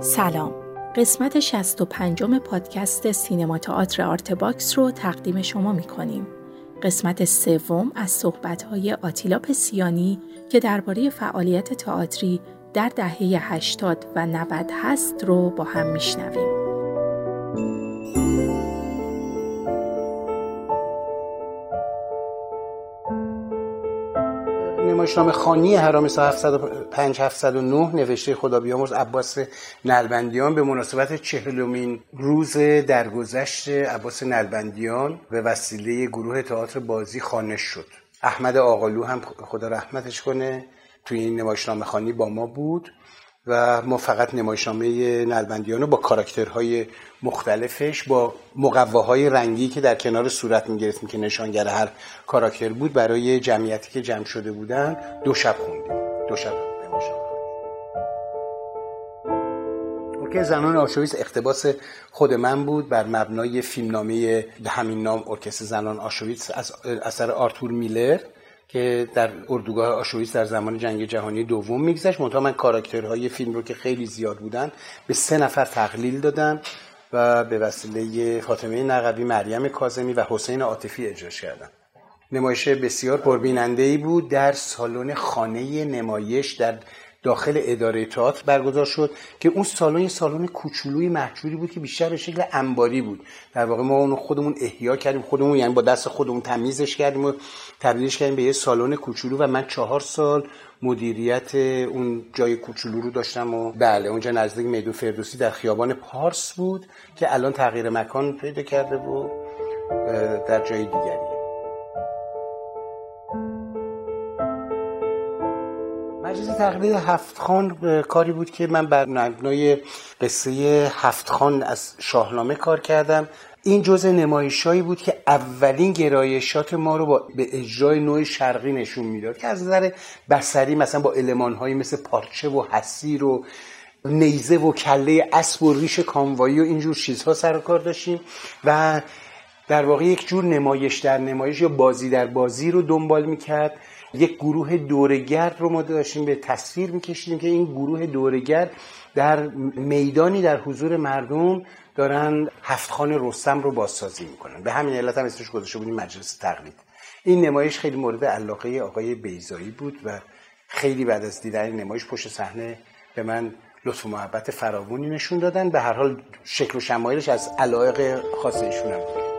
سلام. قسمت 65 پادکست سینما تئاتر آرتباکس رو تقدیم شما می‌کنیم. قسمت سوم از صحبت‌های آتیلا پسیانی که درباره فعالیت تئاتری در دهه 80 و 90 هست رو با هم میشنویم. نمایشنامه خوانی هرامیسا 705-709 نوشته خدا بیامرز عباس نلبندیان به مناسبت 40مین روز درگذشت عباس نلبندیان به وسیله گروه تئاتر بازی خوانده شد. احمد آقالو هم خدا رحمتش کنه توی این نمایشنامه خوانی با ما بود و ما فقط نمایشنامه نلبندیان رو با کاراکترهای مختلفش با مقواهای رنگی که در کنار صورت می‌گرفتیم که نشانگر هر کاراکتر بود برای جمعیتی که جمع شده بودن 2 شب خوندیم. 2 شب نمایشنامه. ارکستر زنان آشویتز اقتباس خود من بود بر مبنای فیلمنامه همین نام ارکستر زنان آشویتز از اثر آرتور میلر که در اردوگاه آشویتز در زمان جنگ جهانی دوم میگذشت. منتها من کاراکترهای فیلم رو که خیلی زیاد بودن به 3 نفر تقلیل دادم و به وسیله فاطمه نقوی، مریم کاظمی و حسین عاطفی اجراش کردم. نمایش بسیار پربیننده‌ای بود در سالن خانه نمایش در داخل اداره تئاتر برگزار شد که اون سالن یه سالن کوچولوی محجوری بود که بیشتر به شکل انباری بود. در واقع ما اون خودمون احیا کردیم، خودمون یعنی با دست خودمون تمیزش کردیم و تبدیلش کردیم به یه سالن کوچولو و من 4 سال مدیریت اون جای کوچولو رو داشتم و بله اونجا نزدیک میدون فردوسی در خیابان پارس بود که الان تغییر مکان پیدا کرده و در جای دیگری. مجلس تقلید 7 خان کاری بود که من بر مبنای قصه 7 خان از شاهنامه کار کردم. این جزء نمایشایی بود که اولین گرایشات ما رو به اجرای نوع شرقی نشون میداد که از نظر بصری مثلا با المان‌هایی مثل پارچه و حصیر و نیزه و کله اسب و ریش کاموایی و اینجور چیزها سر و کار داشتیم و در واقع یک جور نمایش در نمایش یا بازی در بازی رو دنبال میکرد. یک گروه دوره‌گرد رو ما داشتیم به تصویر میکشیدیم که این گروه دوره‌گرد در میدانی در حضور مردم دارن 7 خان رستم رو بازسازی میکنن. به همین علت هم اسمش گذاشته بودیم مجلس تقلید. این نمایش خیلی مورد علاقه آقای بیضایی بود و خیلی بعد از دیدن این نمایش پشت صحنه به من لطف و محبت فراوانی نشون دادن. به هر حال شکل و شمایلش از علایق خاص ایشون هم بود.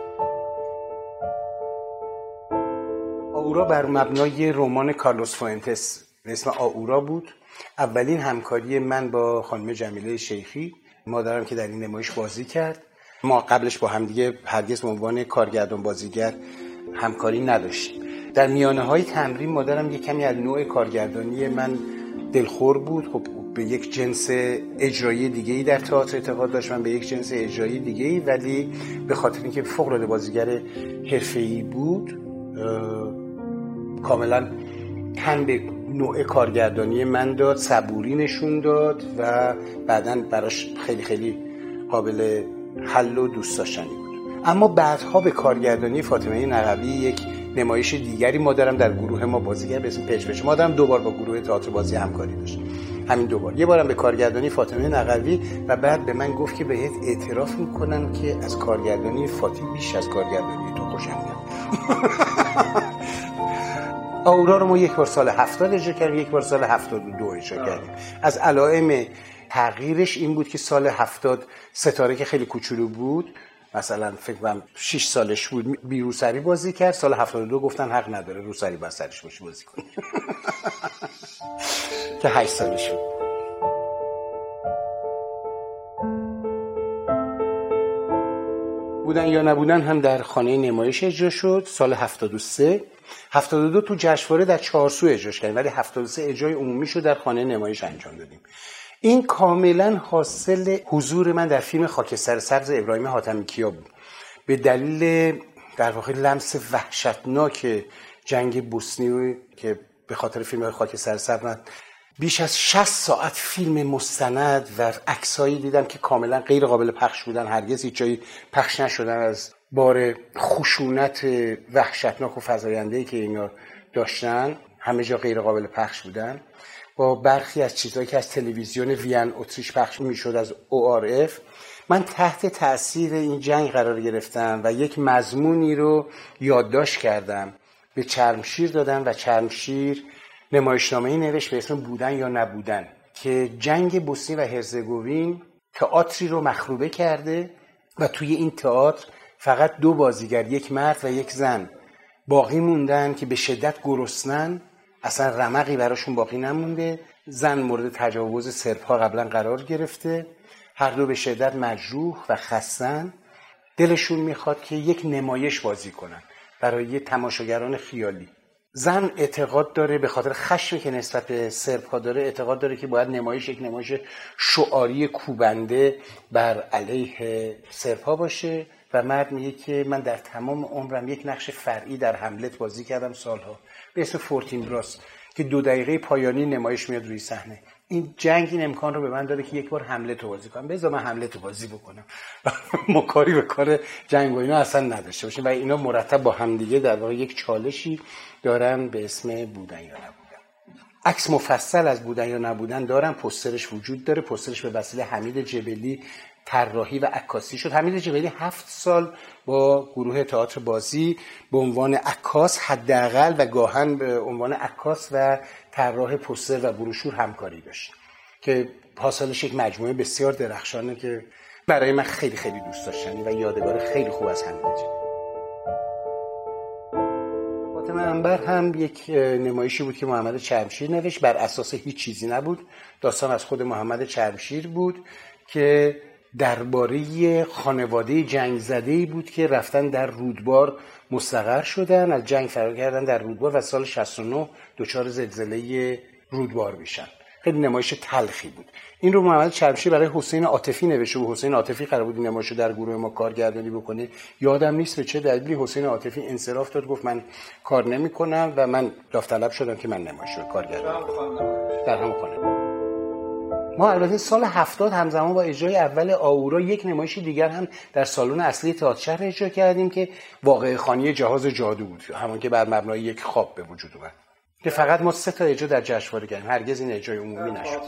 آورا بر مبنای رمان کارلوس فوئنتس به اسم آورا بود. اولین همکاری من با خانم جمیله شیخی، مادرم که در این نمایش بازی کرد. ما قبلش با همدیگه هرگز به عنوان کارگردان بازیگر همکاری نداشتیم. در میانه‌های تمرین مادرم یک کمی از نوع کارگردانی من دلخور بود. خب به یک جنس اجرایی دیگه‌ای در تئاتر اعتقاد داشت، من به یک جنس اجرایی دیگه‌ای، ولی به خاطر اینکه فوق‌العاده بازیگر حرفه‌ای بود کاملا تن به نوع کارگردانی من داد، صبوری نشون داد و بعداً براش خیلی خیلی قابل حل و دوست داشتنی بود. اما بعدها به کارگردانی فاطمه نقوی یک نمایش دیگری مادرم در گروه ما بازیگر به اسم پچ. مادرم 2 بار با گروه تئاتر بازی همکاری داشت. همین 2 بار. یه بارم به کارگردانی فاطمه نقوی و بعد به من گفت که بهت اعتراف میکنم که از کارگردانی فاطمه بیش از کارگردانی تو خوشم میاد. آورا رو ما 1 بار سال 70 اجرا کردیم، 1 بار سال 72 اجرا کردیم. از علائم تغییرش این بود که سال 70 ستاره که خیلی کوچولو بود، مثلا فکر کنم 6 سالش بود، بی روسری بازی کرد. سال 72 گفتن حق نداره روسری با سرش باشه بازی کنه که 8 سالش بود. بودن یا نبودن هم در خانه نمایش اجرا شد. سال 72 تو جشنواره در چهارسو اجراش کردیم، ولی 73 اجرای عمومی شد در خانه نمایش انجام دادیم. این کاملا حاصل حضور من در فیلم خاکستر سبز ابراهیم حاتمیکیا بود. به دلیل در واقع لمس وحشتناک جنگ بوسنی که به خاطر فیلم خاکستر سبز من بیش از 60 ساعت فیلم مستند و عکسایی دیدم که کاملا غیر قابل پخش بودن، هرگز هیچ جایی پخش نشدن از بار خشونت وحشتناک و فزاینده‌ای که اینا داشتن. همه جا غیر قابل پخش بودن، با برخی از چیزهایی که از تلویزیون وین اتریش پخش میشد از ORF. من تحت تأثیر این جنگ قرار گرفتم و یک مضمونی رو یادداشت کردم، به چرمشیر دادم و چرمشیر نمایشنامه‌ای نوشت به اسم بودن یا نبودن که جنگ بوسنی و هرزگوین تئاتری رو مخروبه کرده و توی این تئاتر فقط 2 بازیگر، یک مرد و یک زن باقی موندن که به شدت گرسنن، اصلا رمقی براشون باقی نمونده. زن مورد تجاوز سرب‌ها قبلا قرار گرفته، هر دو به شدت مجروح و خستن. دلشون میخواد که یک نمایش بازی کنن برای تماشاگران خیالی. زن اعتقاد داره به خاطر خشمی که نسبت به سرب‌ها داره، اعتقاد داره که باید نمایش یک نمایش شعاری کوبنده بر علیه سرب‌ها باشه و مرد میگه که من در تمام عمرم یک نقش فرعی در هملت بازی کردم سالها به اسم فورتینبراس که 2 دقیقه پایانی نمایش میاد روی صحنه. این جنگ این امکان رو به من داره که یک بار هملت رو بازی کنم، بذار من هملت رو بازی بکنم و ما کاری به کار جنگ و اینا اصلا نداشته باشیم و اینا مرتب با همدیگه در واقع یک چالشی دارن به اسم بودن یا نبودن. عکس مفصل از بودن یا نبودن دارم، پوسترش وجود داره. پوسترش به وسیله حمید جبلی طراحی و عکاسی شد. حمید جبلی 7 سال با گروه تئاتر بازی به عنوان عکاس حداقل و گاهن به عنوان عکاس و طراح پوستر و بروشور همکاری داشت که حاصلش یک مجموعه بسیار درخشانه که برای من خیلی خیلی دوست داشتنی و یادگار خیلی خوب از حمید جبلی. فاطمه عنبر هم یک نمایشی بود که محمد چرمشیر نوشت، بر اساس هیچ چیزی نبود، داستان از خود محمد چرمشیر بود که درباره خانواده جنگ زده‌ای بود که رفتن در رودبار مستقر شدن، از جنگ فرار کردن در رودبار و سال 69 دچار زلزله رودبار میشن. خیلی نمایش تلخی بود. این رو محمد چرمشیر برای حسین عاطفی نوشته و حسین عاطفی قرار بود این نمایش رو در گروه ما کارگردانی بکنه. یادم نیست به چه دلیلی حسین عاطفی انصراف داد، گفت من کار نمی‌کنم و من داوطلب شدم که من نمایش رو کارگردانی کنم در همون خانه. ما البته سال 70 همزمان با اجرای اول آهورا یک نمایش دیگر هم در سالن اصلی تئاتر شهر اجرا کردیم که واقعه خوانی جهاز جادو بود، همون که بر مبنای یک خواب به وجود اومد که فقط ما 3 تا اجرا در جشنواره کردیم، هرگز این اجرای عمومی نشد.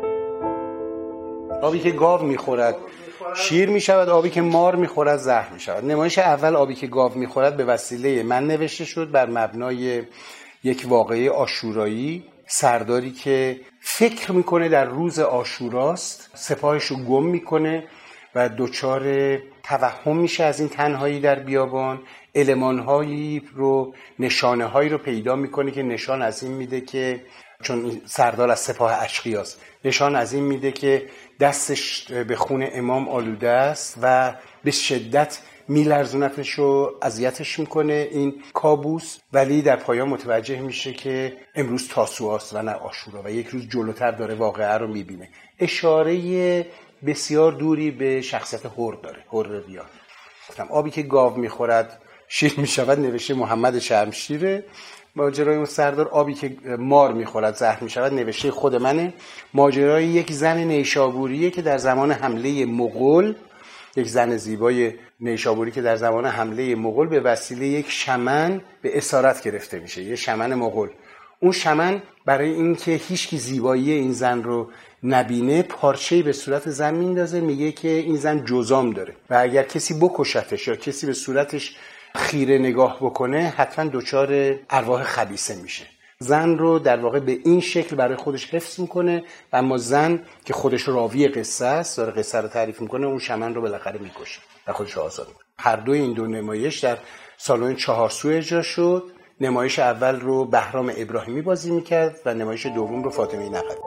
آبی که گاو میخورد شیر میشود، آبی که مار میخورد زهر میشود. نمایش اول آبی که گاو میخورد به وسیله من نوشته شد بر مبنای یک واقعه عاشورایی. سرداری که فکر میکنه در روز عاشوراست، سپاهش رو گم میکنه و دچار توهم میشه از این تنهایی در بیابان. المانهایی رو، نشانه هایی رو پیدا میکنه که نشان از این میده که چون این سردار از سپاه اشقیاست، نشان از این میده که دستش به خون امام آلوده است و به شدت میلرزونتش و اذیتش میکنه این کابوس، ولی در پایان متوجه میشه که امروز تاسوعاست و نه عاشورا و یک روز جلوتر داره واقعه رو میبینه. اشاره بسیار دوری به شخصیت هور داره، هور ریا. گفتم آبی که گاو میخورد شیر میشود نوشته محمد چرمشیره. ماجرای اون سردار آبی که مار میخورد زهر میشود نوشته خود منه. ماجرای یک زن نیشابوریه که در زمان حمله مغول، یک زن زیبای نیشابوری که در زمان حمله مغول به وسیله یک شمن به اسارت گرفته میشه، یه شمن مغول. اون شمن برای اینکه هیچکی زیبایی این زن رو نبینه پارچه‌ای به صورت زن میندازه، میگه که این زن جزام داره و اگر کسی بکشتش یا کسی به صورتش خیره نگاه بکنه حتما دچار ارواح خبیثه میشه. زن رو در واقع به این شکل برای خودش حفظ میکنه و اما زن که خودش راوی قصه است، داره قصه رو تعریف میکنه، اون شمن رو بالاخره میکشه و خودش رو آزاد میکنه. هر دوی این 2 نمایش در سالن 4 سو اجرا شد. نمایش اول رو بهرام ابراهیمی بازی میکرد و نمایش دوم رو فاطمه نقدی.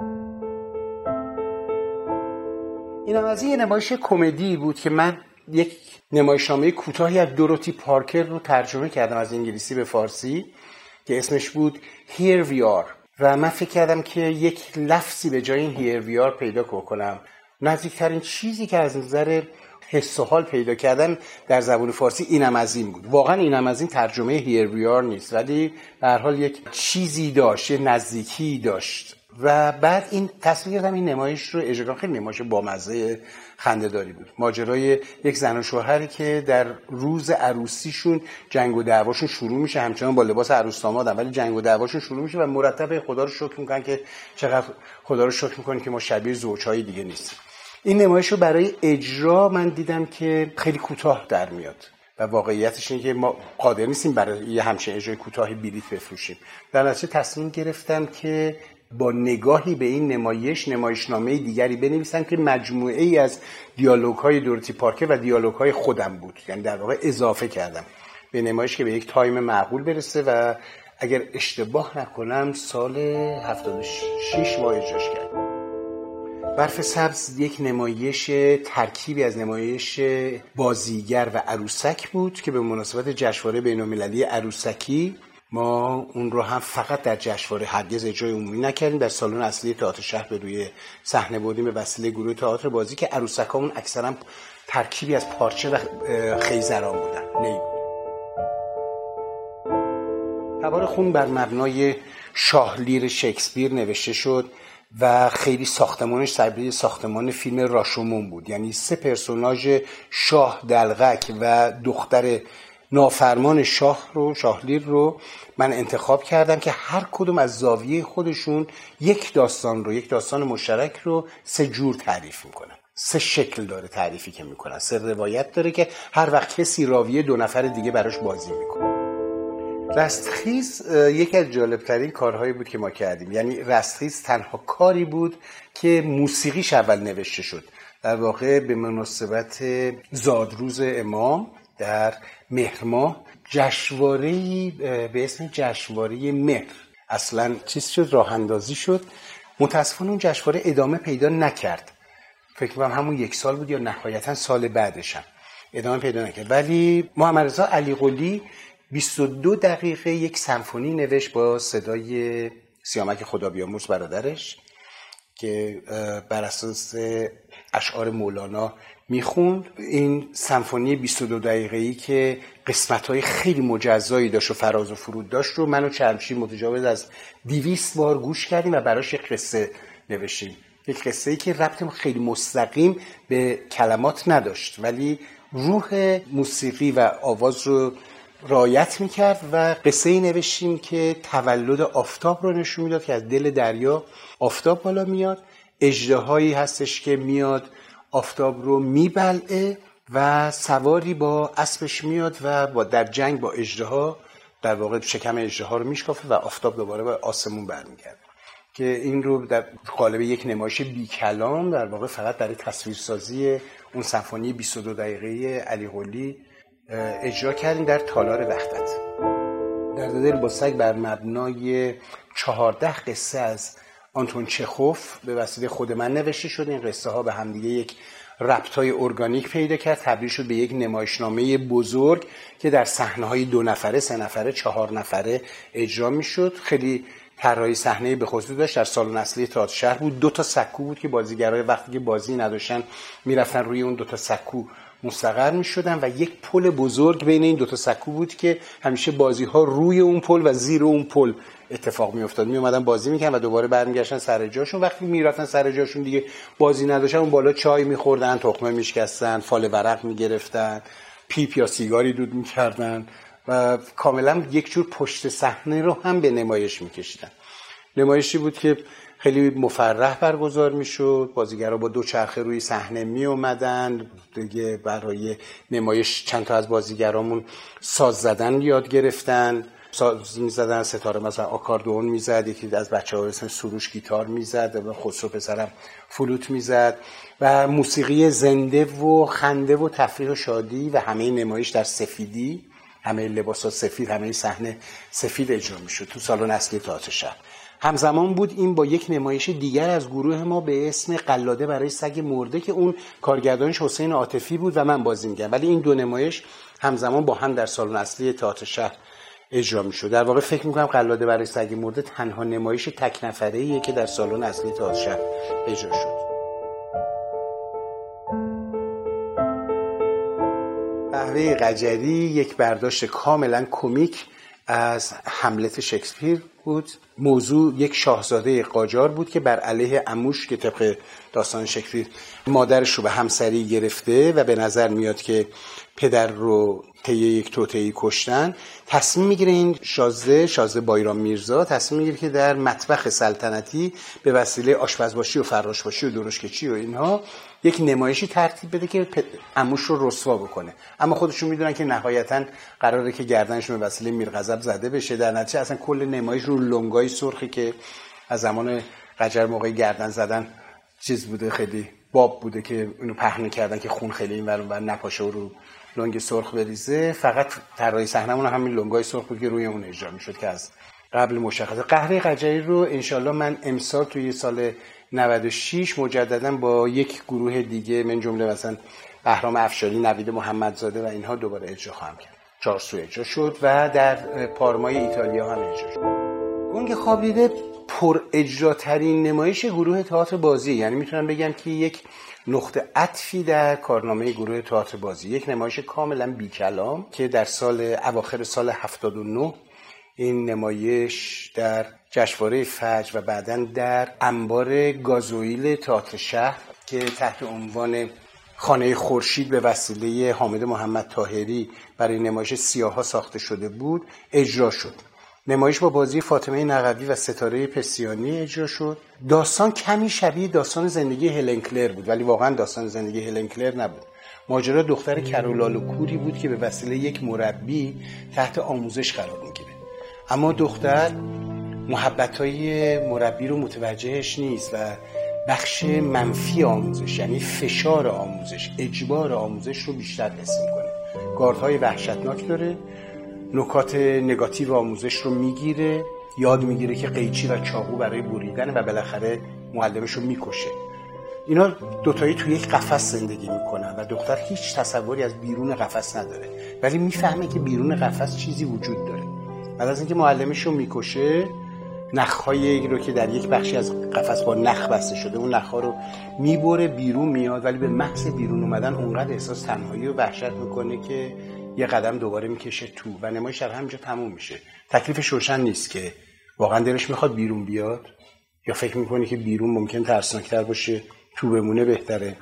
اینم از این نمایش کمدی بود که من یک نمایشنامه کوتاهی از دوروتی پارکر رو ترجمه کردم از انگلیسی به فارسی که اسمش بود Here We Are و من فکر کردم که یک لفظی به جای این Here We Are پیدا کنم. نزدیکترین چیزی که از نظر حس و حال پیدا کردم در زبان فارسی اینم از این بود. واقعا اینم از این ترجمه Here We Are نیست، ولی به هر حال یک چیزی داشت، یه نزدیکی داشت و بعد این تصمیم گرفتم این نمایش رو اجرا کنم. خیلی نمایش بامزه خنده‌داری بود. ماجرای یک زن و شوهری که در روز عروسیشون جنگ و دعواشون شروع میشه، همچنان با لباس عروس دامادن ولی جنگ و دعواشون شروع میشه و مرتب خدا رو شکر میکنن که چقدر خدا رو شکر میکنن که ما شبیه زوجهای دیگه نیستیم. این نمایش رو برای اجرا من دیدم که خیلی کوتاه در میاد و واقعیتش اینه که ما قادر نیستیم برای یه همچین اجرای کوتاهی بلیط بفروشیم. در نتیجه تصمیم گرفتم که با نگاهی به این نمایشنامه دیگری بنویسم که مجموعه ای از دیالوگ‌های دورتی پارکر و دیالوگ‌های خودم بود. یعنی در واقع اضافه کردم به نمایش که به یک تایم معقول برسه و اگر اشتباه نکنم سال 76 ما اجراش کردم. برف سبز یک نمایش ترکیبی از نمایش بازیگر و عروسک بود که به مناسبت جشنواره بین‌المللی عروسکی ما اون رو هم فقط در جشنواره، هرگز اجرای عمومی نکردیم، در سالن اصلی تئاتر شهر به روی صحنه بردیم به وسیله گروه تئاتر بازی که عروسکامون اکثرا ترکیبی از پارچه و خیزران بودن. تبار خون بر مبنای شاه لیر شکسپیر نوشته شد و خیلی ساختمانش شبیه ساختمان فیلم راشومون بود. یعنی 3 پرسوناژ شاه دلغک و دختر نافرمان شاه لیر رو من انتخاب کردم که هر کدوم از زاویه خودشون یک داستان مشترک رو 3 جور تعریف میکنن. 3 شکل داره تعریفی که میکنن، 3 روایت داره که هر وقت کسی راویه 2 نفر دیگه براش بازی میکنه. رستخیز یکی از جالبترین کارهایی بود که ما کردیم. یعنی رستخیز تنها کاری بود که موسیقیش اول نوشته شد. در واقع به مناسبت زادروز امام در مهر ماه جشنواره‌ای به اسم جشنواره مهر اصلا راه اندازی شد. متاسفانه اون جشنواره ادامه پیدا نکرد. فکر می‌کنم همون 1 سال بود یا نهایتا سال بعدش هم ادامه پیدا نکرد. ولی محمد رضا علیقلی 22 دقیقه یک سمفونی نوشت با صدای سیامک خدابیامرز برادرش که بر اساس اشعار مولانا میخوند. این سمفونی 22 دقیقه‌ای که قسمت‌های خیلی مجزایی داشت و فراز و فرود داشت رو من و چرمشیر متجاوز از 200 بار گوش کردیم و براش یک قصه نوشتیم. یک قصه‌ای که ربط خیلی مستقیم به کلمات نداشت ولی روح موسیقی و آواز رو رعایت میکرد و قصه‌ای نوشتیم که تولد آفتاب رو نشون میداد که از دل دریا آفتاب بالا میاد، اژدهایی هستش که میاد آفتاب رو میبلعه و سواری با اسبش میاد و در جنگ با اژدها در واقع شکم اژدها رو میشکافه و آفتاب دوباره به آسمون برمیگرده. که این رو در قالب یک نمایش بی کلام در واقع فقط برای تصویرسازی اون سمفونی 22 دقیقه‌ای علیقلی اجرا کردیم در تالار وحدت. درد دل با سگ بر مبنای 14 قصه از آنتون چخوف به وسیله خود من نوشته شد. این قصه ها به همدیگه یک ربطای ارگانیک پیدا کرد، تبدیل شد به یک نمایشنامه بزرگ که در صحنه‌های 2 نفره، 3 نفره، 4 نفره اجرا می‌شد. خیلی طراحی صحنه به خصوص داشت. در سالن اصلی تئاتر شهر بود. 2 تا سکو بود که بازیگرای وقتی که بازی نداشتن میرفتن روی اون 2 تا سکو مستقر می‌شدن و یک پل بزرگ بین این 2 تا سکو بود که همیشه بازی‌ها روی اون پل و زیر اون پل اتفاق می‌افتاد. میومدن بازی می‌کردن و دوباره برمیگشتن سر جاشون. وقتی میرفتن سر جاشون دیگه بازی نداشتن، اون بالا چای می‌خوردن، تخمه می‌شکستن، فال ورق می‌گرفتن، پیپ یا سیگاری دود می‌کردن و کاملا یک جور پشت صحنه رو هم به نمایش می‌کشیدن. نمایشی بود که خیلی مفرح برگزار میشد. بازیگرا با 2 چرخه روی صحنه می اومدن دیگه. برای نمایش چند تا از بازیگرامون ساز زدن یاد گرفتن. ساز میزدن، ستاره مثلا آکاردئون میزد، یکی از بچه‌ها اسم سروش گیتار میزد و خسرو پسرم فلوت میزد و موسیقی زنده و خنده و تفریح و شادی و همه نمایش در سفیدی، همه لباسا سفید، همه صحنه سفید اجرا میشد تو سالن اصلی تئاتر شهر. همزمان بود این با یک نمایش دیگر از گروه ما به اسم قلاده برای سگ مرده که اون کارگردانش حسین عاطفی بود و من بازی می‌کردم. ولی این 2 نمایش همزمان با هم در سالن اصلی تئاتر شهر اجرا می‌شد. در واقع فکر می‌کنم قلاده برای سگ مرده تنها نمایش تک نفره‌ایه که در سالن اصلی تئاتر شهر اجرا شد. قهوه قجری یک برداشت کاملا کمیک از هملت شکسپیر بود. موضوع یک شاهزاده قاجار بود که بر علیه عموش که طبق داستان شکسپیر مادرش رو به همسری گرفته و به نظر میاد که پدر رو طی یک توطئه‌ای کشتن، تصمیم میگیره این شازده بایرام میرزا تصمیم میگیره که در مطبخ سلطنتی به وسیله آشپزباشی و فراشباشی و درشکچی و اینها یک نمایشی ترتیب بده که عموش رو رسوا بکنه. اما خودشون میدونن که نهایتاً قراره که گردنشون به وسیله میرغضب زده بشه. در نتیجه اصلا کل نمایش رو لنگای سرخی که از زمان قجر موقع گردن زدن چیز بوده، خیلی باب بوده که اینو پهن کردن که خون خیلی این ور نپاشه و رو لنگ سرخ بریزه. فقط طراحی صحنمون همین لنگای سرخ بود که روی اون اجرا میشد که از قبل مشخصه. قهوه قجری رو انشالله من امسال توی سال 96 مجددا با یک گروه دیگه من جمله مثلا بهرام افشاری، نوید محمدزاده و اینها دوباره اجرا خواهم کرد. 4 سو اجرا شد و در پارمای ایتالیا هم اجرا شد. گنگ خوابیده پر اجراترین نمایش گروه تئاتر بازی، یعنی میتونم بگم که یک نقطه عطفی در کارنامه گروه تئاتر بازی، یک نمایش کاملا بی کلام که در اواخر سال 79 این نمایش در جشنواره فجر و بعداً در انبار گازوئیل تئاتر شهر که تحت عنوان خانه خورشید به وسیله حامد محمد طاهری برای نمایش سیاها ساخته شده بود اجرا شد. نمایش با بازی فاطمه نقوی و ستاره پسیانی اجرا شد. داستان کمی شبیه داستان زندگی هلن کلر بود، ولی واقعا داستان زندگی هلن کلر نبود. ماجرا دختر کرولالو کوری بود که به وسیله یک مربی تحت آموزش قرار میگیره، اما دختر محبت‌های مربی رو متوجهش نیست و بخش منفی آموزش، یعنی فشار آموزش، اجبار آموزش رو بیشتر حس میکنه. گاردهای وحشتناک داره، نکات نگاتیو آموزش رو میگیره، یاد میگیره که قیچی و چاقو برای بریدن و بالاخره معلمش رو میکشه. اینا دوتایی توی یک قفس زندگی میکنن و دختر هیچ تصوری از بیرون قفس نداره، ولی میفهمه که بیرون قفس چیزی وجود داره. بعد از اینکه معلمش رو میکشه، نخ‌هایی رو که در یک بخشی از قفس با نخ بسته شده اون نخ‌ها رو میبره بیرون میاد، ولی به محض بیرون اومدن اونقدر احساس تنهایی و وحشت میکنه که یه قدم دوباره میکشه تو و نمایش در همینجا تموم میشه. تکلیفش روشن نیست که واقعا دلش میخواد بیرون بیاد یا فکر میکنه که بیرون ممکن ترسناکتر باشه، تو بمونه بهتره.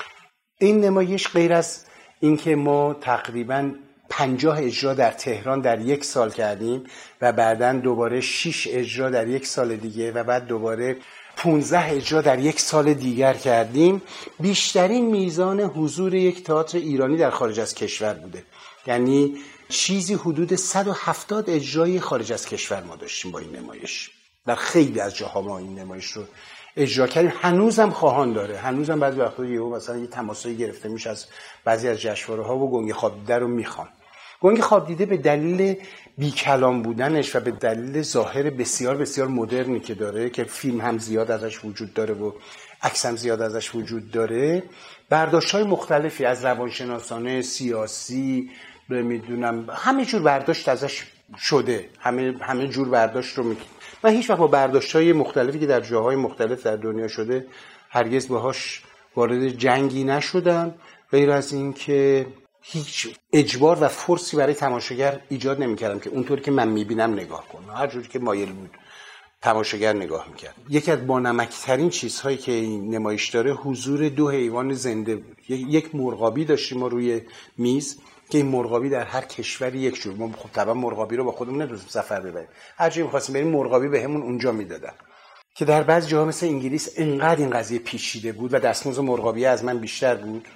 این نمایش غیر از اینکه ما تقریباً 50 اجرا در تهران در یک سال کردیم و بعداً دوباره 6 اجرا در یک سال دیگه و بعد دوباره 15 اجرا در یک سال دیگر کردیم، بیشترین میزان حضور یک تئاتر ایرانی در خارج از کشور بوده. یعنی چیزی حدود 170 اجرای خارج از کشور ما داشتیم با این نمایش. در خیلی از جاها ما این نمایش رو اجرا کردیم. هنوزم خواهان داره، هنوزم بعضی وقتا مثلا یه تماسایی گرفته میشه از بعضی از جشنواره‌ها و گنگ خوابیده رو میخوان. گنگ خوابیده به دلیل بیکلام بودنش و به دلیل ظاهر بسیار بسیار مدرنی که داره، که فیلم هم زیاد ازش وجود داره و عکس هم زیاد ازش وجود داره، برداشت‌های مختلفی از روانشناسانه، سیاسی، میدونم همه جور برداشت ازش شده، همه جور برداشت رو میکنه. من هیچ وقت با برداشت‌های مختلفی که در جاهای مختلف در دنیا شده هرگز باهاش وارد جنگی نشدم، غیر از این که هیچ اجبار و فرصی برای تماشاگر ایجاد نمی‌کردم که اونطوری که من می‌بینم نگاه کنه، هر جوری که مایل بود تماشاگر نگاه می‌کرد. یکی از بانمک‌ترین چیزهایی که این نمایش داره حضور 2 حیوان زنده بود. یک مرغابی داشتیم ما روی میز که این مرغابی در هر کشوری یک جور، ما خب طبعا مرغابی رو با خودمون نمی‌تونیم سفر ببریم، هر جایی می‌خواستیم بریم مرغابی بهمون اونجا میدادن، که در بعضی جاها مثل انگلیس انقدر این قضیه پیچیده بود و دستمزد مرغابی از من بیشتر بود.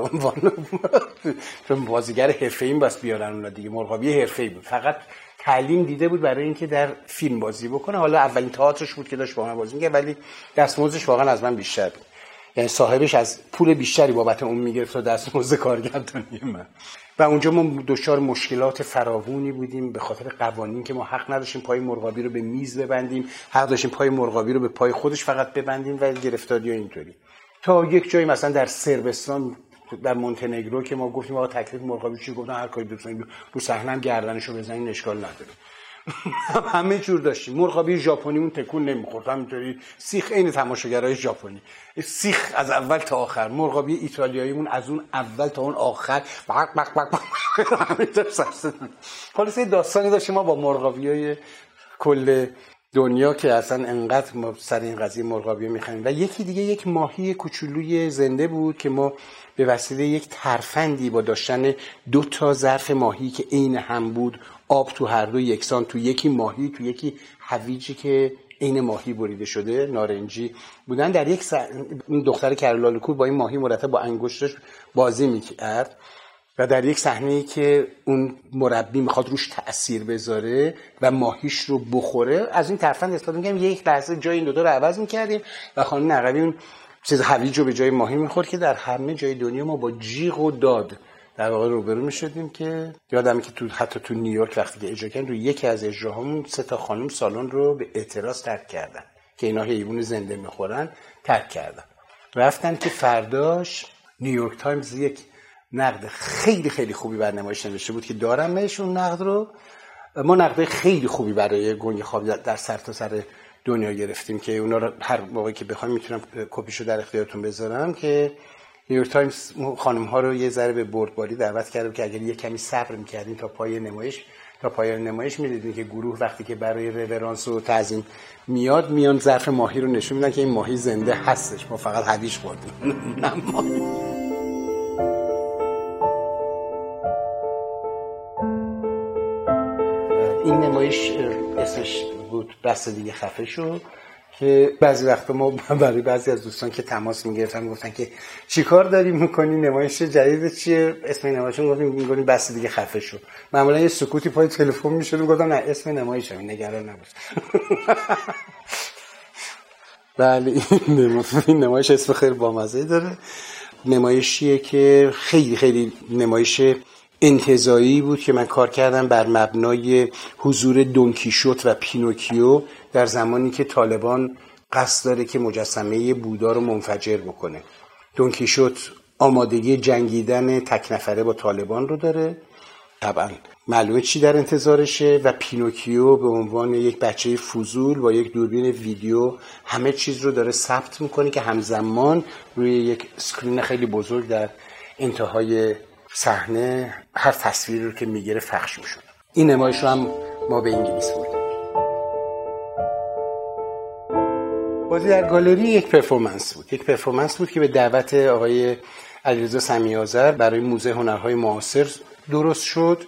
چون بازیگر حرفه‌ای بس بیارن اونا دیگه، مرغابی حرفه‌ای بود، فقط تعلیم دیده بود برای اینکه در فیلم بازی بکنه. حالا اولین تئاترش بود که داشت با من بازی می‌کرد، ولی دستمزدش واقعا از من بیشتر بود، یعنی صاحبش از پول بیشتری بابت اون میگرفت تا دستمزد کارگردانی من. و اونجا ما دچار مشکلات فراوانی بودیم به خاطر قوانین که ما حق نداشتیم پای مرغابی رو به میز ببندیم، حق داشتیم پای مرغابی رو به پای خودش فقط ببندیم و گرفتاری و اینطوری. تا یک جایی مثلا در صربستان در مونتنگرو که ما گفتیم آقا تکلیف مرغابی چی، گفتن هر کاری دوست دارید رو صحنه هم گردنشو بزنین اشکال نداره. همه جور داشتیم. مرغابی ژاپنیمون تکون نمیخورد، همینطوری سیخ، عین تماشاگرای ژاپنی، سیخ از اول تا آخر. مرغابی ایتالیاییمون از اون اول تا اون آخر بق بق بق همینطور سرسدن. خلاص داستانی داشتیم ما با مرغابیای کل دنیا که اصلا انقدر ما سر این قضیه مرغابی میخوایم. و یکی دیگه یک ماهی کوچولوی زنده بود که ما به وسیله یک ترفندی با داشتن 2 ظرف ماهی که عین هم بود، آب تو هر دو یکسان، تو یکی ماهی تو یکی هویجی که عین ماهی بریده شده نارنجی بودن، در یک این دختر کرولالکور با این ماهی مرتب با انگشتش بازی میکرد و در یک صحنه‌ای که اون مربی میخواد روش تأثیر بذاره و ماهیش رو بخوره، از این ترفند استفاده می‌کردیم. یک لحظه جای این دوتا رو عوض می‌کردیم و خانم نقوی اون چیز هویج رو به جای ماهی می‌خورد که در همه جای دنیا ما با جیغ و داد در واقع روبرو می‌شدیم. که یادمه که حتی تو نیویورک وقتی که اجرا کردن، رو یکی از اجراهامون 3 خانم سالن رو به اعتراض ترک کردن که اینا حیوان زنده می‌خورن، ترک کردن. رفتن که فرداش نیویورک تایمز یک نقد خیلی خیلی خوبی بر نمایش نوشته بود که دارمش اون نقد رو. ما نقد خیلی خوبی برای گنگ خواب در سرتاسر دنیا گرفتیم که اونا رو هر موقعی که بخوایم میتونم کپیشو در اختیارتون بذارم. که نیویورک تایمز خانم ها رو یه ذره به بردباری دعوت کرده که اگر یه کمی صبر می‌کردین تا پایان نمایش می‌دیدین که گروه وقتی که برای رورانس و تعظیم میان ظرف ماهی رو نشون میدن که این ماهی زنده هستش، ما فقط هویج خوردیم. این نمایش اسمش بود بس دیگه خفه شد، که بعضی وقتا ما برای بعضی از دوستان که تماس میگرفتن گفتن که چیکار داری میکنی، نمایش جدید چیه؟ اسم نمایشون گفتیم بس دیگه خفه شد. معمولا یه سکوتی پای تلفن میشد، گفتم نه اسم نمایش همین، نگران نباش. بله این نمایش اسم خیلی بامزه داره. نمایشیه که خیلی خیلی نمایش انتزاعی بود که من کار کردم بر مبنای حضور دونکیشوت و پینوکیو در زمانی که طالبان قصد داره که مجسمه بودا رو منفجر بکنه. دونکیشوت آمادگی جنگیدن تک نفره با طالبان رو داره، طبعا معلومه چی در انتظارشه، و پینوکیو به عنوان یک بچه فضول با یک دوربین ویدیو همه چیز رو داره ثبت میکنه که همزمان روی یک اسکرین خیلی بزرگ در انتهای صحنه هر تصویری رو که میگیره پخش میشد. این نمایش رو هم ما به انگلیس بردیم. بازی در گالری یک پرفورمنس بود که به دعوت آقای علیرضا سمیع‌آذر برای موزه هنرهای معاصر درست شد،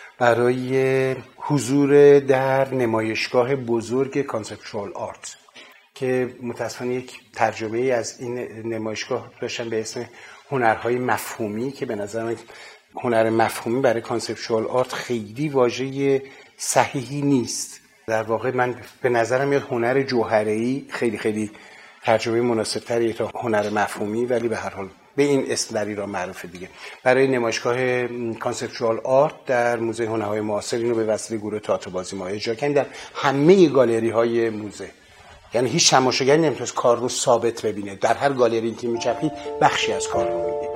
برای حضور در نمایشگاه بزرگ کانسپچوال آرت که متاسفانه یک ترجمه از این نمایشگاه داشتن به اسم هنرهای مفهومی، که به نظر من هنر مفهومی برای کانسپچوال آرت خیلی واژه صحیحی نیست. در واقع من به نظرم میاد هنر جوهره‌ای خیلی خیلی ترجمه مناسب‌تری تا هنر مفهومی، ولی به هر حال به این اسم در ایران معروفه دیگه. برای نمایشگاه کانسپچوال آرت در موزه هنرهای معاصر اینو به وسیله گروه تئاتر بازی ما اجرا کردیم در همه گالری‌های موزه. یعنی هیچ تماشاگری نمیتونست کار رو ثابت ببینه، در هر گالری که میچپید بخشی از کار رو میدید.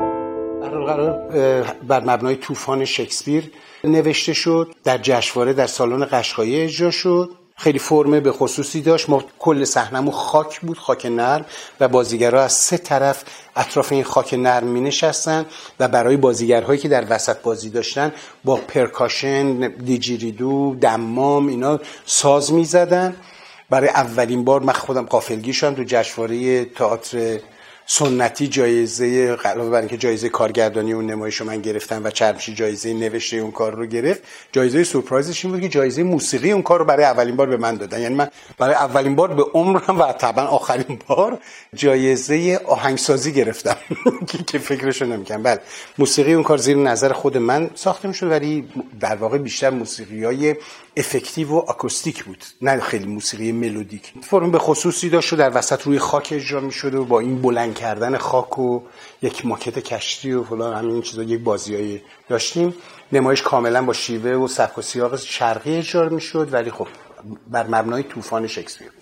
قرار بر مبنای طوفان شکسپیر نوشته شد، در جشنواره در سالن قشقایی اجرا شد، خیلی فرم به خصوصی داشت. ما کل صحنمون خاک بود، خاک نرم، و بازیگرها از 3 طرف اطراف این خاک نرم می نشستن و برای بازیگرهایی که در وسط بازی داشتن با پرکاشن، دیجیریدو، دمام اینا ساز می زدن. برای اولین بار من خودم غافلگیر شدم تو جشنواره تئاتر سنتی جایزه، علاوه بر اینکه جایزه کارگردانی اون نمایش رو من گرفتم و چرمشی جایزه نوشته اون کار رو گرفت، جایزه سورپرایزش این بود که جایزه موسیقی اون کار رو برای اولین بار به من دادن. یعنی من برای اولین بار به عمرم و طبعا آخرین بار جایزه آهنگسازی گرفتم که فکرشو نمی‌کردم. بله موسیقی اون کار زیر نظر خود من ساخته میشد، ولی در واقع بیشتر موسیقیای افکتیو و آکوستیک بود، نه خیلی موسیقی ملودیک. فرم به خصوصی داشت و در وسط روی خاک اجرا میشد و با این بلند کردن خاک و یک ماکت کشتی و فلان همین چیزا یک بازیایی داشتیم. نمایش کاملا با شیوه و سبک و سیاق شرقی اجرا میشد، ولی خب بر مبنای طوفان شکسپیر.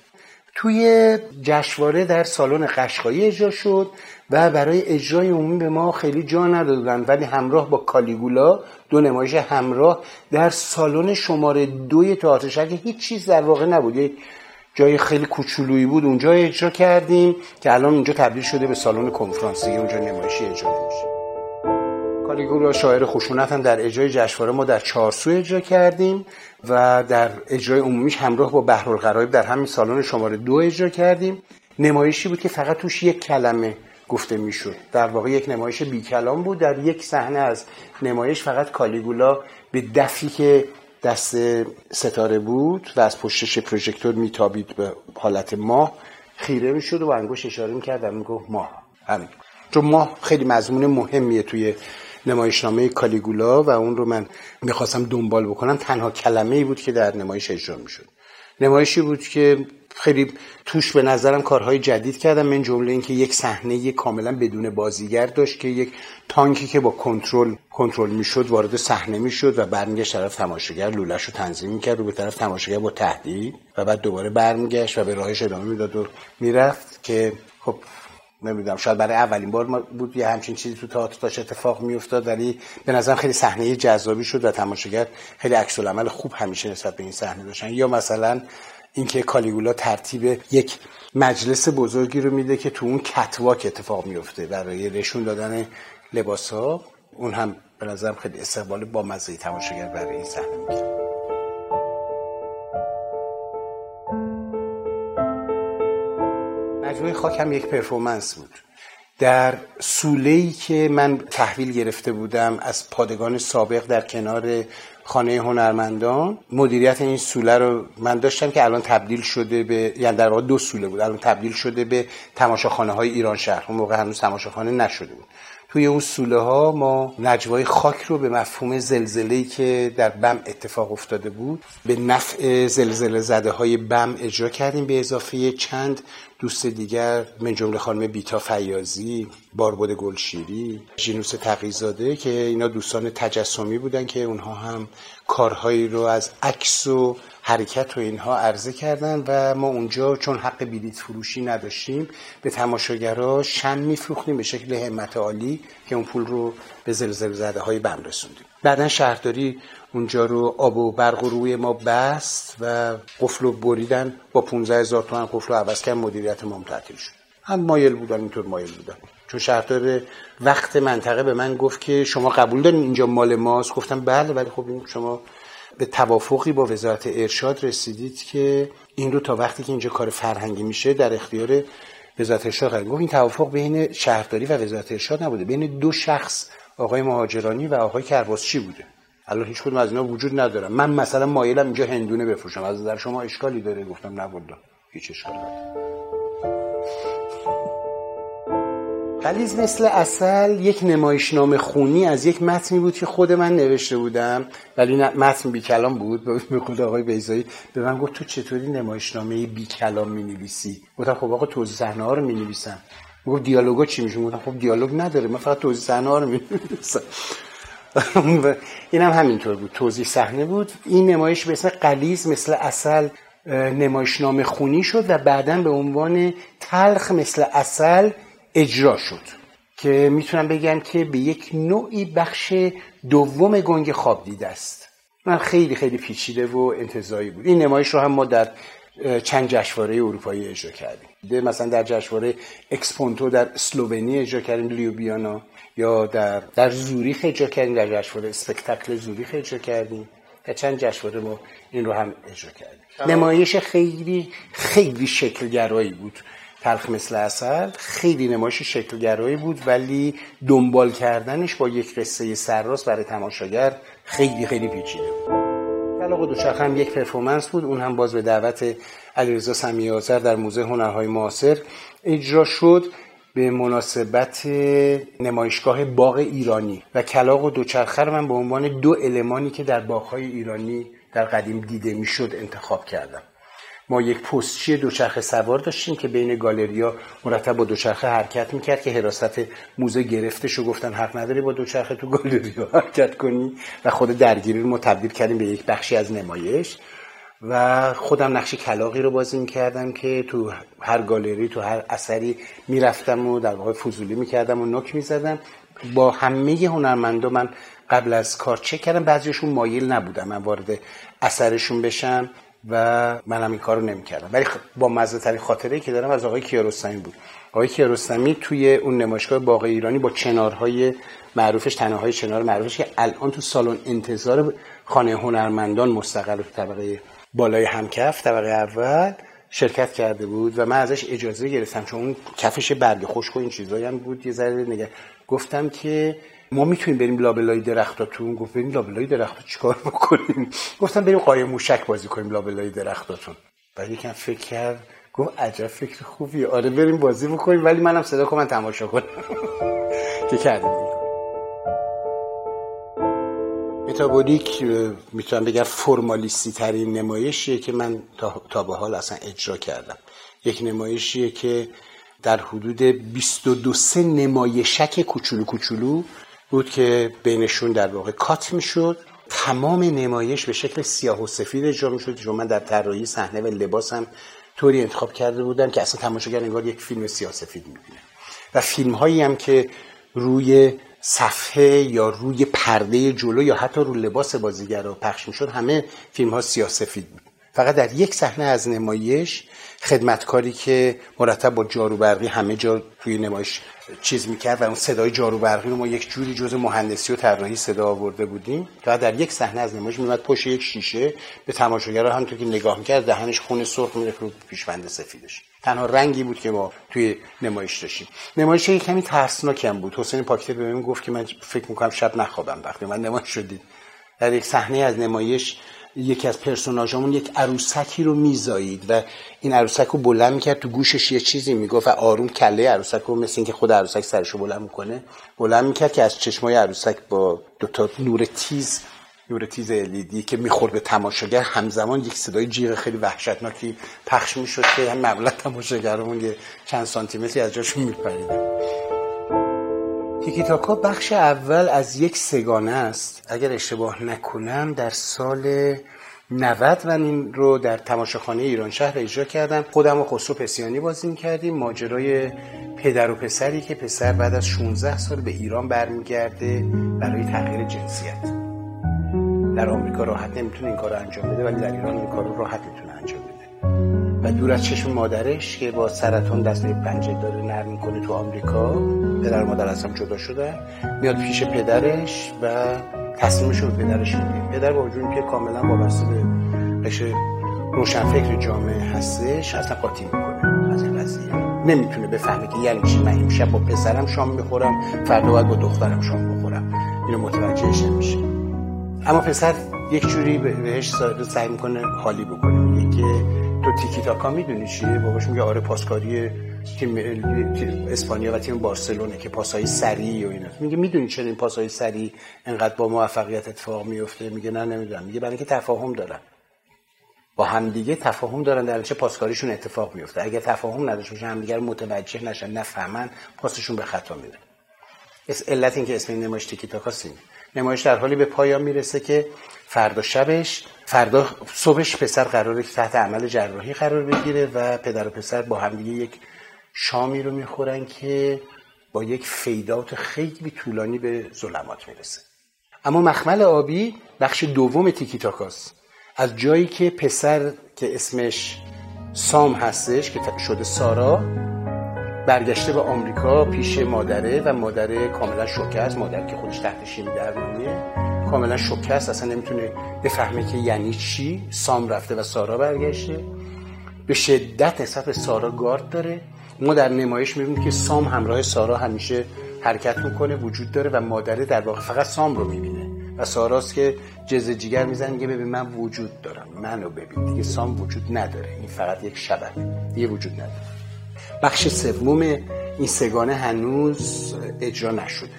توی جشنواره در سالن قشقایی اجرا شد و برای اجرای عمومی به ما خیلی جا ندادن، ولی همراه با کالیگولا 2 نمایش همراه در سالن شماره 2 تئاتر شهر که هیچ چیز در واقع نبود، یه جای خیلی کوچولویی بود، اونجا اجرا کردیم که الان اونجا تبدیل شده به سالن کنفرانسی، اونجا نمایشی اجرا نمیشه. کالیگولا شاعر خشونت هم در اجرای جشنواره ما در چارسو اجرا کردیم و در اجرای عمومیش همراه با بحرالغرایب در همین سالن شماره 2 اجرا کردیم. نمایشی بود که فقط توش یک کلمه گفته میشد، در واقع یک نمایش بی کلام بود. در یک صحنه از نمایش فقط کالیگولا به دفی که دست ستاره بود و از پشتش پروژکتور میتابید به حالت ماه خیره میشد و انگشت اشاره میکرد و میگفت ماه. همین، چون ماه خیلی مضمون مهمیه توی نمایشنامه کالیگولا و اون رو من میخواستم دنبال بکنم. تنها کلمه‌ای بود که در نمایش اجرا میشد. نمایشی بود که خیلی توش به نظرم کارهای جدید کردم، من جمله این که یک صحنه کاملا بدون بازیگر داشت که یک تانکی که با کنترل میشد وارد صحنه میشد و برمیگشت طرف تماشاگر، لوله‌شو رو تنظیم میکرد و به طرف تماشاگر با تهدید و بعد دوباره برمیگشت و به راهش ادامه میداد و میرفت که خب نمیدونم شاید برای اولین بار بود یه همچین چیزی تو تئاتر داشت اتفاق میافتاد، ولی به نظرم خیلی صحنه جذابی شد و تماشاگر خیلی عکس العمل خوب همیشه نسبت به این صحنه داشتن. یا مثلا اینکه کالیگولا ترتیب یک مجلس بزرگی رو میده که تو اون کتواک اتفاق میفته برای نشون دادن لباسا، اون هم به نظرم خیلی استقبال با مزه تماشاگر برای این صحنه میشه. مجموعه خاک هم یک پرفورمنس بود. در سوله‌ای که من تحویل گرفته بودم از پادگان سابق در کنار خانه هنرمندان، مدیریت این سوله رو من داشتم که الان تبدیل شده به، یعنی در واقع 2 سوله بود، الان تبدیل شده به تماشاخانه‌های ایران شهر. اون موقع هنوز تماشاخانه نشده بود. توی اون سوله ها ما نجوای خاک رو به مفهوم زلزله‌ای که در بم اتفاق افتاده بود به نفع زلزله زده های بم اجرا کردیم، به اضافه چند دوست دیگر من جمله خانم بیتا فیاضی، باربد گلشیری، ژینوس تقی‌زاده که اینا دوستان تجسمی بودن که اونها هم کارهایی رو از عکس و حرکت و اینها عرضه کردن و ما اونجا چون حق بلیط فروشی نداشتیم به تماشاگرها شمع میفروختیم به شکل همت عالی که اون پول رو به زلزله زده های بم رسوندیم. بعدن شهرداری اونجا رو آب و برق روی ما بست و قفل رو بریدن، با 15,000 تومان قفل رو عوض کردن، مدیریت ما تعطیل شد. هم مایل بودن، اینطور مایل بودن. چون شهردار وقت منطقه به من گفت که شما قبول دارین اینجا مال ماست؟ گفتم بله، ولی خب شما به توافقی با وزارت ارشاد رسیدید که این رو تا وقتی که اینجا کار فرهنگی میشه در اختیار وزارت ارشاد قرار. گفت این توافق بین شهرداری و وزارت ارشاد نبوده، بین 2 شخص، آقای مهاجرانی و آقای کرباسچی بوده. الان هیچ کدوم از اینا وجود نداره. من مثلا مایلم اینجا هندونه بفروشم، از نظر شما اشکالی داره؟ گفتم نه والله هیچ اشکالی نداره. غلیظ مثل عسل یک نمایشنامه خونی از یک متنی بود که خود من نوشته بودم، ولی متن بی کلام بود. به خود آقای بیضایی به من گفت تو چطوری نمایشنامه بی کلام می‌نویسی؟ گفتم خب آقا توضیح صحنه‌ها رو می‌نویسم. گفت دیالوگا چی میشه؟ گفتم خب دیالوگ نداره، من فقط توضیح صحنه‌ها رو می‌نویسم. اینم همینطور بود، توضیح صحنه بود. این نمایش به اسم غلیظ مثل عسل نمایشنامه خونی شد و بعداً به عنوان تلخ مثل عسل اجرا شد که میتونم بگم که به یک نوعی بخش دوم گنگ خواب دیده است. من خیلی خیلی پیچیده و انتزاعی بود. این نمایش رو هم ما در چند جشنواره اروپایی اجرا کردیم. مثلا در جشنواره اکسپونتو در اسلوونی اجرا کردیم، لیوبیانا، یا در زوریخ اجرا کردیم، در جشنواره اسپکتاکل زوریخ اجرا کردیم. در چند جشنواره ما این رو هم اجرا کردیم. نمایش خیلی خیلی شکلگرایی بود. تلخ مثل عسل خیلی نمایش شکلگرایی بود، ولی دنبال کردنش با یک قصه سرراست برای تماشاگر خیلی خیلی پیچیده بود. کلاغ دوچرخه هم یک پرفورمنس بود، اون هم باز به دعوت علیرضا سمیع آذر در موزه هنرهای معاصر اجرا شد به مناسبت نمایشگاه باغ ایرانی و کلاغ و دوچرخه رو من به عنوان 2 المانی که در باغ‌های ایرانی در قدیم دیده میشد انتخاب کردم. ما یک پستچی دوچرخه سوار داشتیم که بین گالریا مرتب با دوچرخه حرکت میکرد که حراست موزه گرفتش و گفتن حق نداری با دوچرخه تو گالریا حرکت کنی و خود درگیری رو ما تبدیل کردیم به یک بخشی از نمایش و خودم نقش کلاغی رو بازی میکردم که تو هر گالری تو هر اثری میرفتم و در واقع فضولی میکردم و نوک میزدم. با همه هنرمندا من قبل از کار چک کردم، بعضیشون مایل نبودم من وارد اثرشون بشم و منم این کارو نمیکردم، ولی با مزه ترین خاطره‌ای که دارم از آقای کیارستمی بود. آقای کیارستمی توی اون نمایشگاه باغ ایرانی با چنارهای معروفش، تنه‌های چنار معروفش که الان تو سالن انتظار خانه هنرمندان مستقل تو طبقه بالای همکف طبقه اول شرکت کرده بود و من ازش اجازه گرفتم چون اون کفش برگ خشک و این چیزایی هم بود یه ذره نگه. گفتم که ما میتونیم بریم لابلای درختاتون؟ گفت بریم لابلای درختات چیکار بکنیم؟ گفتم بریم قایم موشک بازی کنیم لابلای درختاتون. بعد یکم فکر کرد گفت عجب فکر خوبیه، آره بریم بازی بکنیم ولی منم صدا کنم من تماشا کنم. که کردیم. متابولیک میتونم بگم فرمالیستی ترین نمایشیه که من تا به حال اصلا اجرا کردم. یک نمایشیه که در حدود 22 نمایشک کوچولو کوچولو بود که بینشون در واقع کات میشد. تمام نمایش به شکل سیاه و سفید اجرا میشد چون من در طراحی صحنه و لباسم طوری انتخاب کرده بودم که اصلا تماشاگر انگار یک فیلم سیاه سفید میبینه و فیلم هایی هم که روی صفحه یا روی پرده جلو یا حتی روی لباس بازیگرا پخش میشد همه فیلم ها سیاه سفید بود. فقط در یک صحنه از نمایش خدمتکاری که مرتب با جارو برقی همه جا توی نمایش چیز میکرد و اون صدای جارو برقی رو ما یک جوری جزء مهندسی و طراحی صدا آورده بودیم. فقط در یک صحنه از نمایش میومد پشت یک شیشه به تماشاگرها همونطور که نگاه میکرد دهنش خون سرخ میریخت رو پیشبند سفیدش. تنها رنگی بود که ما توی نمایش داشتیم. نمایش کمی ترسناک هم بود. حسین پاکته به من گفت که من فکر میکنم شب نخوابم وقتی من نمایش شدید. در یک صحنه از نمایش یکی از پرسوناژامون یک عروسکی رو میزایید و این عروسک رو بلند میکرد تو گوشش یه چیزی میگفت و آروم کله عروسک رو مثل اینکه خود عروسک سرشو بلند میکنه بلند میکرد که از چشمای عروسک با دوتا نور تیز LED که میخورد به تماشاگر همزمان یک صدای جیغ خیلی وحشتناکی پخش میشد که هم معمولا تماشاگرمون یه چند سانتی متری از جاشون میپریدن. تیکی تاکا بخش اول از یک سگانه است. اگر اشتباه نکنم در سال 90 من این رو در تماشاخانه ایران شهر اجرا کردم. خودم و خسرو پسیانی بازی کردیم. ماجرای پدر و پسری که پسر بعد از 16 سال به ایران برمیگرده برای تغییر جنسیت. در آمریکا راحت نمیتونه این کارو انجام بده ولی در ایران این کارو راحت میتونه انجام بده. و دور از چشم مادرش که با سرطان دستای پنجه داره نرم میکنه تو آمریکا، پدر و مادر از هم جدا شدن، میاد پیش پدرش و تصمیمش رو به پدرش میده. پدر با وجودی که کاملا وابسته به قشر روشنفکر جامعه هستش اصلا قاطی میکنه از این قضیه. نمیتونه بفهمه که یعنی چی من امشب با پسرم شام میخورم فردا باید با دخترم شام بخورم. اینو متوجهش نمیشه. اما پسر یک جوری بهش سعی میکنه حالی بکنه. میگه که تو تیکی تاکا میدونی چیه؟ باباش میگه آره پاسکاری تیم اسپانیا و تیم بارسلونه که پاسای سریع و اینا. میگه میدونی چرا این پاسای سریع انقدر با موفقیت اتفاق میفته؟ میگه نه نمیدونم. میگه برای اینکه تفاهم دارن با هم دیگه، تفاهم دارن در نتیجه پاسکاریشون اتفاق میفته. اگه تفاهم نداشته باشن هم دیگه رو متوجه نشن نفهمن پاسشون به خطا میره. علت این که اسم این نمایش تیکی تاکا است. نمایش در حالی به پایان میرسه که فردا صبحش پسر قراره که تحت عمل جراحی قرار بگیره و پدر و پسر با هم دیگه یک شامی رو میخورن که با یک فیدات خیلی طولانی به ظلمات میرسه. اما مخمل آبی بخش دوم تیکی تاکاست. از جایی که پسر که اسمش سام هستش که شده سارا برگشته به آمریکا پیش مادره و مادره کاملا شوکه است. مادر که خودش تحت شیمی درمانیه کاملا شوکه است، اصلا نمیتونه بفهمه که یعنی چی. سام رفته و سارا برگشته. به شدت نسبت به سارا گارد داره. ما در نمایش میبینیم که سام همراه سارا همیشه حرکت میکنه، وجود داره و مادره در واقع فقط سام رو میبینه و ساراست که جز جیگر میزنه میگه ببین من وجود دارم، منو ببین. دیگه سام وجود نداره، این فقط یک شبحه، دیگه وجود نداره. بخش سوم این سگانه هنوز اجرا نشده.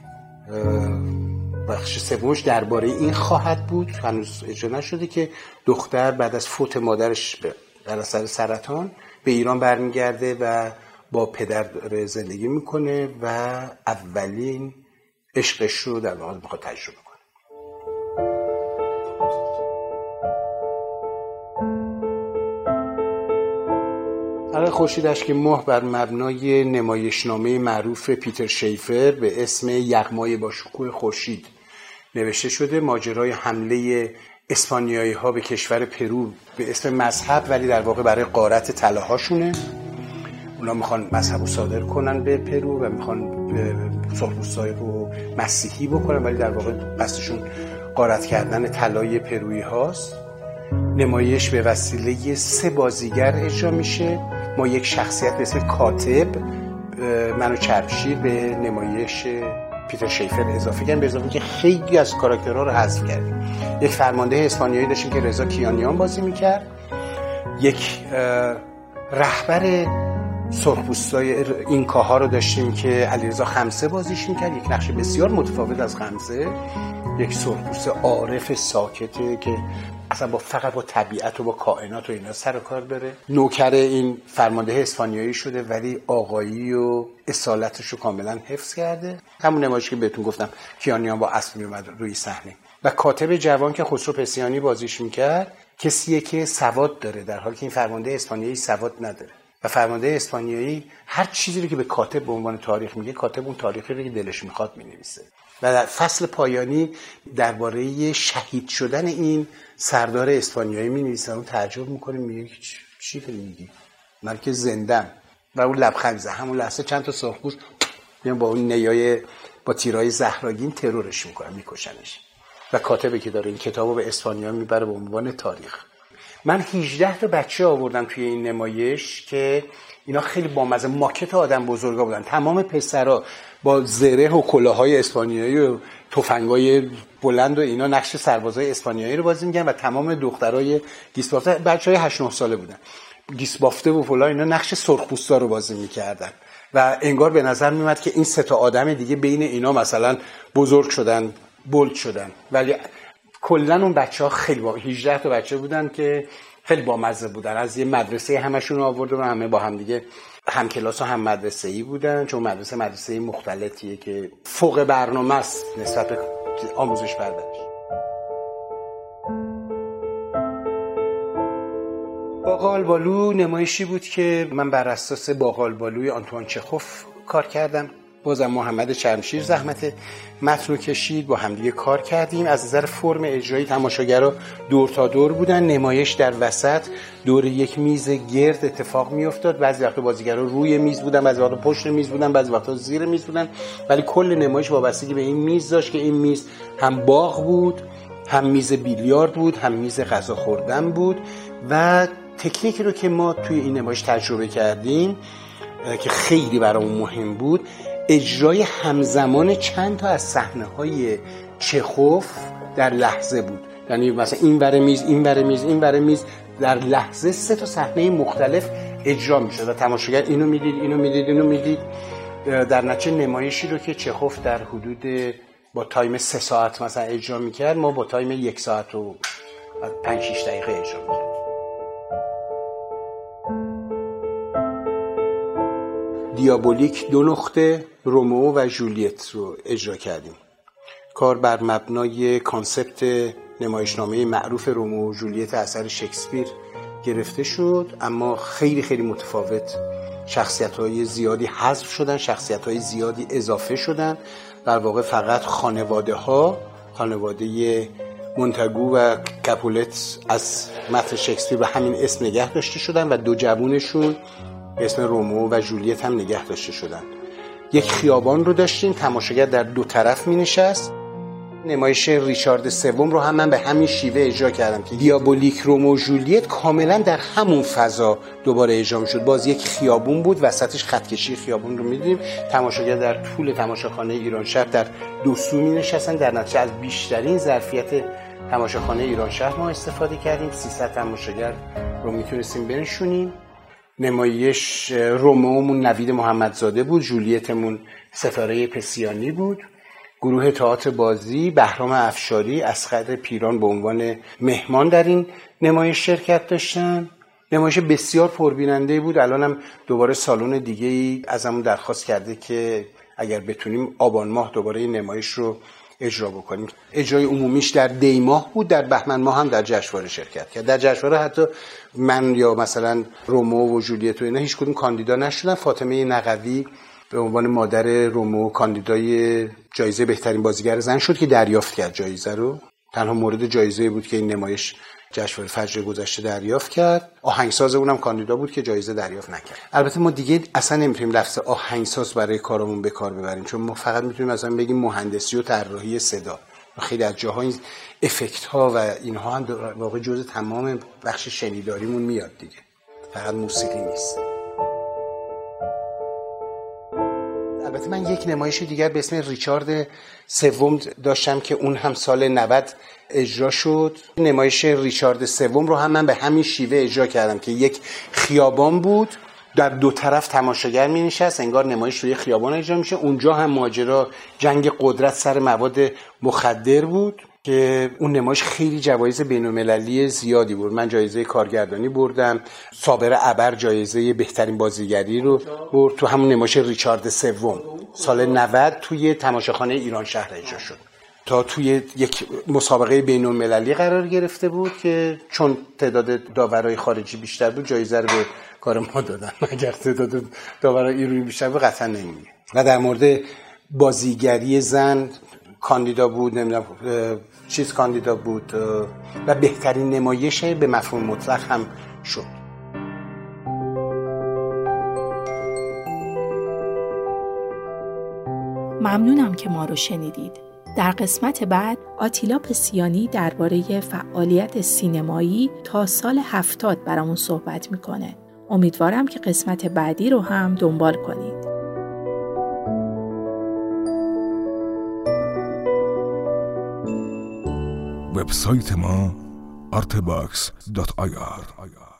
بخش سومش درباره این خواهد بود، هنوز اجرا نشده، که دختر بعد از فوت مادرش در اثر سرطان به ایران برمیگرده و با پدر زندگی میکنه و اولین عشقش رو در واقع میخواد تجربه کنه. حلقه خورشید اشک ماه بر مبنای نمایشنامه معروف پیتر شیفر به اسم یغمای با شکوه خورشید نوشته شده. ماجرای حمله اسپانیایی ها به کشور پرو به اسم مذهب، ولی در واقع برای غارت طلاهاشونه. اونا میخوان مذهب رو صادر کنن به پرو و میخوان سرخپوستای رو مسیحی بکنن، ولی در واقع قصدشون غارت کردن طلای پرویی هاست. نمایش به وسیله 3 بازیگر اجرا میشه. ما یک شخصیت به اسم کاتب، منو چربشیر، به نمایش پیتر شیفر اضافه کردیم، به اضافه که خیلی از کاراکترها رو حذف کردیم. یک فرمانده اسپانیایی داشتیم که رضا کیانیان بازی میکرد. یک رهبر سرخپوستای اینکاها رو داشتیم که علیرضا خمسه بازیش میکرد، یک نقش بسیار متفاوت از خمسه. یک سرخپوست عارف ساکته که اصلا فقط با طبیعت و با کائنات و اینا سر و کار داره. نوکر این فرمانده اسپانیایی شده، ولی آقایی و اصالتش رو کاملا حفظ کرده. همون نمایشی که بهتون گفتم کیانیان با اسب میومد روی صحنه. و کاتب جوان که خسرو پسیانی بازیش میکرد کسیه که سواد داره، در حالی که این فرمانده اسپانیایی سواد نداره. و فرمانده اسپانیایی هر چیزی رو که به کاتب به عنوان تاریخ میگه، کاتب اون تاریخی رو که دلش میخواد مینویسه. و در فصل پایانی درباره شهید شدن این سردار اسپانیایی مینویسه. اون تعجب میکنه، میگه چی میگی؟ من که زندم. و اون لبخند زد. همون لحظه چند تا سرخپوست میان با اون نیای با تیرای زهرآگین ترورش میکنن، میکشنش. و کاتبی که داره این کتابو به اسپانیا میبره به عنوان تاریخ. من 18 تا بچه آوردم توی این نمایش که اینا خیلی بامزه، ماکت آدم بزرگا بودن. تمام پسرا با زره و کلاهای اسپانیایی و تفنگای بلند و اینا نقش سربازای اسپانیایی رو بازی می‌کردن و تمام دخترای گیسبافته، بچهای 8 9 ساله بودن، گیسبافته و فلان، اینا نقش سرخپوستا رو بازی می‌کردن. و انگار به نظر میومد که این 3 تا آدم دیگه بین اینا مثلا بزرگ شدن، بولد شدن. ولی کلا اون بچه‌ها خیلی 18 تا بچه بودن که خیلی بامزه بودن. از یه مدرسه همشون آورده و همه با هم دیگه هم کلاس و هم مدرسه‌ای بودن، چون مدرسه مختلطیه که فوق برنامه است نسبت به آموزش پرورش. باقالبالو نمایشی بود که من بر اساس باقالبالوی آنتوان چخوف کار کردم. بازم محمد چرمشیر زحمت متن رو کشید، با همدیگه کار کردیم. از نظر فرم اجرایی تماشاگرها دور تا دور بودن. نمایش در وسط دور یک میز گرد اتفاق میافتاد. بعضی وقتا بازیگرا روی میز بودن، بعضی وقتا پشت میز بودن، بعضی وقتا زیر میز بودن، ولی کل نمایش وابستگی به این میز داشت که این میز هم باغ بود، هم میز بیلیارد بود، هم میز غذا خوردن بود. و تکنیکی رو که ما توی این نمایش تجربه کردیم که خیلی برامون مهم بود، اجرای همزمان چند تا از صحنه‌های چخوف در لحظه بود. یعنی مثلا این ور میز، این ور میز، این ور میز، در لحظه 3 تا صحنه مختلف اجرا می‌شد و تماشاگر اینو می‌دید، اینو می‌دید، اینو می‌دید. در نتیجه نمایشی رو که چخوف در حدود با تایم 3 ساعت مثلا اجرا می‌کرد، ما با تایم 1 ساعت و 5-6 دقیقه اجرا می‌کردیم. دیابولیک 2 نقطه رومئو و جولیت رو اجرا کردیم. کار بر مبنای کانسپت نمایشنامه معروف رومئو و جولیت اثر شکسپیر گرفته شد، اما خیلی خیلی متفاوت. شخصیت‌های زیادی حذف شدن، شخصیت‌های زیادی اضافه شدن. در واقع فقط خانواده مونتاگو و کاپولت از متن شکسپیر به همین اسم نگه داشته شدن و 2 جوونشون به اسم رومئو و جولیت هم نگه داشته شدن. یک خیابان رو داشتیم، تماشاگر در 2 طرف می نشست. نمایش ریچارد سوم رو هم من به همین شیوه اجرا کردم که دیابولیک، رومئو و جولیت کاملا در همون فضا دوباره اجرا می شد. باز یک خیابون بود، وسطش خطکشی خیابون رو می دیدیم. تماشاگر در طول تماشاخانه ایرانشهر در 2 سو می نشستن. در نتیجه از بیشترین ظرفیت تماشاخانه ایرانشهر ما استفاده کردیم. 300 تماشاگر رو می تونستیم بنشونیم. نمایش رومئومون نوید محمدزاده بود، جولیتمون ستاره پسیانی بود. گروه تئاتر بازی بهرام افشاری، اصغر پیران به عنوان مهمان در این نمایش شرکت داشتن. نمایش بسیار پربیننده بود. الانم دوباره سالن دیگه‌ای ازمون درخواست کرده که اگر بتونیم آبان ماه دوباره این نمایش رو اجرا بکنیم. اجرای عمومیش در دی ماه بود، در بهمن ماه هم در جشنواره شرکت کرد. در جشنواره حتی من یا مثلا رومو و جولیت و اینا هیچ کدوم کاندیدا نشدن. فاطمه نقوی به عنوان مادر رومو کاندیدای جایزه بهترین بازیگر زن شد که دریافت کرد جایزه رو. تنها مورد جایزه بود که این نمایش جشنواره فجر گذشته دریافت کرد. آهنگساز اونم کاندیدا بود که جایزه دریافت نکرد. البته ما دیگه اصلا نمیتونیم لفظ آهنگساز برای کارمون به کار ببریم، چون ما فقط میتونیم مثلا بگیم مهندسی و طراحی صدا. خیلی از جاها این افکت ها و اینها هم واقعا جزء تمام بخش شنیداریمون میاد دیگه، فقط موسیقی نیست. البته من یک نمایش دیگر به اسم ریچارد سوم داشتم که اون هم سال 90 اجرا شد. نمایش ریچارد سوم رو هم من به همین شیوه اجرا کردم که یک خیابان بود، در دو طرف تماشاگر می نشست، انگار نمایش توی خیابان اجرا میشه. اونجا هم ماجرا جنگ قدرت سر مواد مخدر بود که اون نمایش خیلی جوایز بین‌المللی زیادی بود. من جایزه کارگردانی بردم، صابر ابر جایزه بهترین بازیگری رو برد. تو همون نمایش ریچارد سوم سال 90 توی تماشاخانه ایران شهر اجرا شد. تا توی یک مسابقه بین‌المللی قرار گرفته بود که چون تعداد داورای خارجی بیشتر بود جایزه رو به کار ما دادن. اگر تعداد داورای ایرانی بیشتر بود قطعا نمی‌گیره. و در مورد بازیگری زن کاندیدا بود، نمیدونم کاندیدا بود و بهترین نمایش به مفهوم مطلق هم شد. ممنونم که ما رو شنیدید. در قسمت بعد آتیلا پسیانی درباره فعالیت سینمایی تا سال 70 برامون صحبت میکنه. امیدوارم که قسمت بعدی رو هم دنبال کنید. وبسایت ما artbox.ir